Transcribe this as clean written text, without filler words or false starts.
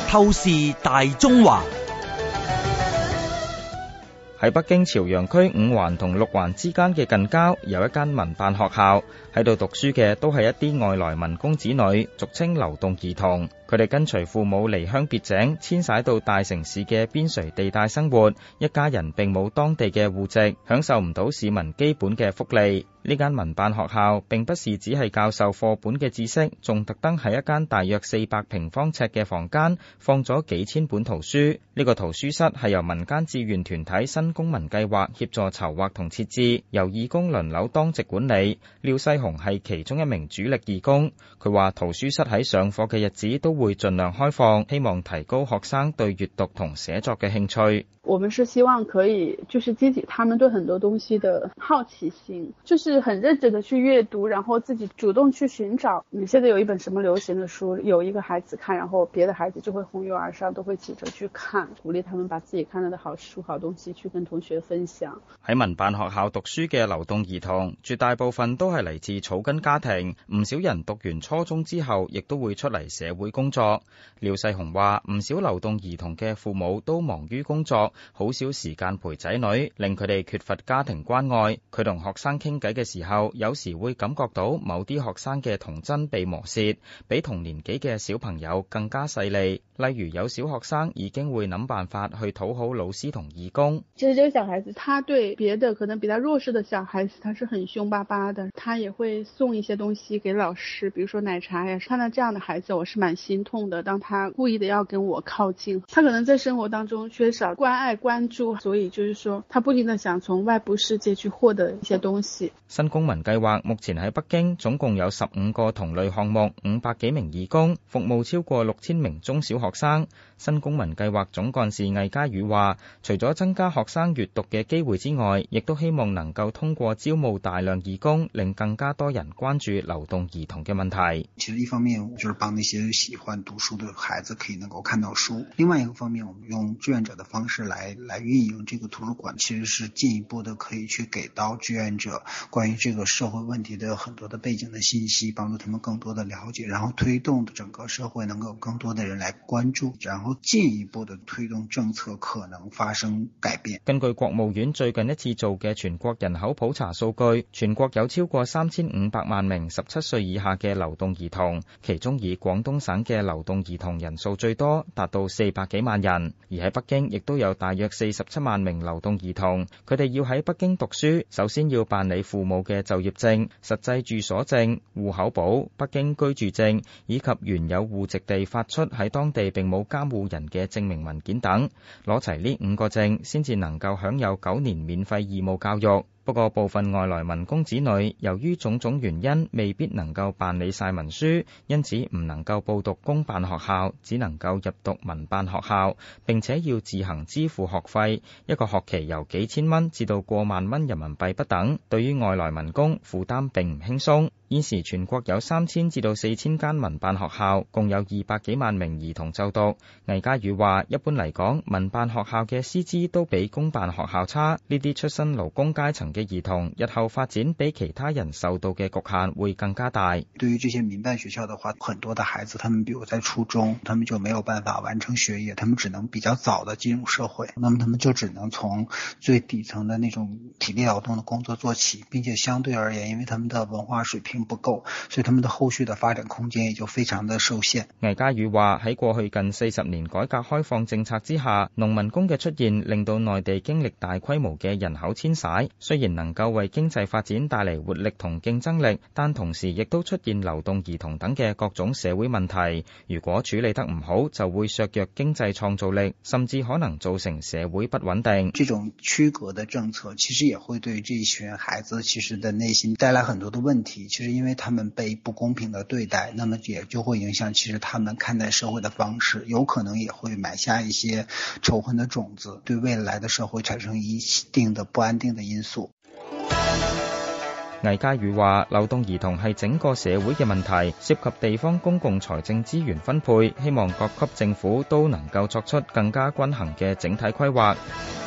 透視大中華。 喺北京朝陽區5環同6環之間嘅近郊，有一間民辦學校，喺度讀書嘅都係一啲外來民工子女，俗稱流動兒童。佢哋跟隨父母離鄉別井，遷徙到大城市嘅邊陲地帶生活，一家人並冇當地嘅戶籍，享受唔到市民基本嘅福利。呢間民辦學校並不是只係教授課本嘅知識，仲特登喺一間大約400平方尺嘅房間放咗幾千本圖書。呢個圖書室係由民間志願團體新公民計劃協助籌劃同設置，由義工輪流當值管理。廖世雄係其中一名主力義工，佢話圖書室喺上課嘅日子都會盡量開放，希望提高學生對閱讀同寫作嘅興趣。 我們是希望可以就是激起他們對很多東西的好奇心，就是很認真的去閱讀，然後自己主動去尋找。現在有一本什麼流行的書，有一個孩子看，然後別的孩子就會蜂擁而上，都會急着去看，鼓勵他們把自己看到的好書好東西去跟同學分享。 喺民辦學校讀書嘅流動兒童，絕大部分都係嚟自草根家庭，唔少人讀完初中之後亦都會出嚟社會工作。廖世雄話，唔少流動兒童嘅父母都忙於工作，好少時間陪仔女，令佢哋缺乏家庭關愛。佢同學生傾偈嘅時候，有時會感覺到某啲學生嘅童真被磨蝕，比同年紀嘅小朋友更加細膩。例如有小學生已經會諗辦法去討好老師同義工。 其實這個小孩子，他對別的可能比較弱勢的小孩子，他是很兇巴巴的，他也會送一些東西給老師，比如說奶茶呀。看到這樣的孩子，我是蠻心痛的。當他故意的要跟我靠近，他可能在生活當中缺少關愛關注，所以就是說他不停的想從外部世界去獲得一些東西。 新公民計劃目前喺北京總共有15個同類項目，500幾名義工，服務超過6000名中小學生。新公民計劃總幹事魏家宇話，除咗增加學生閱讀嘅機會之外，亦都希望能夠通過招募大量義工，令更加多人關注流動兒童嘅問題。 其實一方面就是幫那些喜歡讀書的孩子可以能夠看到書，另外一個方面我們用志願者的方式來運營這個圖書館，其實是進一步的可以去給到志願者關於這個社會問題的很多的背景的信息，幫助他們更多的了解，然後推動整個社會能夠有更多的人來關注，然後進一步的推動政策可能發生改變。 根據國務院最近一次做嘅全國人口普查數據，全國有超過3500萬名17歲以下嘅流動兒童，其中以廣東省嘅流動兒童人數最多，達到400幾萬人。而喺北京亦都有大約47萬名流動兒童，佢哋要喺北京讀書，首先要辦理父母嘅就業證、實際住所證、戶口簿、北京居住證以及原有戶籍地發出喺當地並冇監護人嘅證明文件等，攞齊呢5個證先至能夠享有9年免費義務教育。不過部分外來民工子女由於種種原因未必能夠辦理晒文書，因此唔能夠報讀公辦學校，只能夠入讀民辦學校，並且要自行支付學費，一個學期由幾千蚊至到過萬蚊人民幣不等。對於外來民工負擔並唔輕鬆。現時全國有3000至到4000間民辦學校，共有200幾萬名兒童就讀。魏家宇話，一般嚟講，民辦學校嘅師資都比公辦學校差，呢啲出身勞工階層嘅兒童日後發展比其他人受到嘅局限會更加大。 對於這些民辦學校的話，很多的孩子他們比如在初中，他們就沒有辦法完成學業，他們只能比較早的進入社會，那麼他們就只能從最底層的那種體力勞動的工作做起，並且相對而言，因為他們的文化水平不夠，所以他們的後續的發展空間也就非常的受限。 魏家宇話，喺過去近40年改革開放政策之下，農民工嘅出現令到內地經歷大規模嘅人口遷徙，雖然能夠為經濟發展帶嚟活力同競爭力，但同時亦都出現流動兒童等嘅各種社會問題。如果處理得唔好，就會削弱經濟創造力，甚至可能造成社會不穩定。 這種區隔的政策其實也會對這一群孩子其實的內心帶來很多的問題。其實因為他們被不公平的對待，那麼也就會影響其實他們看待社會的方式，有可能也會埋下一些仇恨的種子，對未來的社會產生一定的不安定的因素。 魏家宇話，流動兒童係整個社會嘅問題，涉及地方公共財政資源分配，希望各級政府都能夠作出更加均衡嘅整體規劃。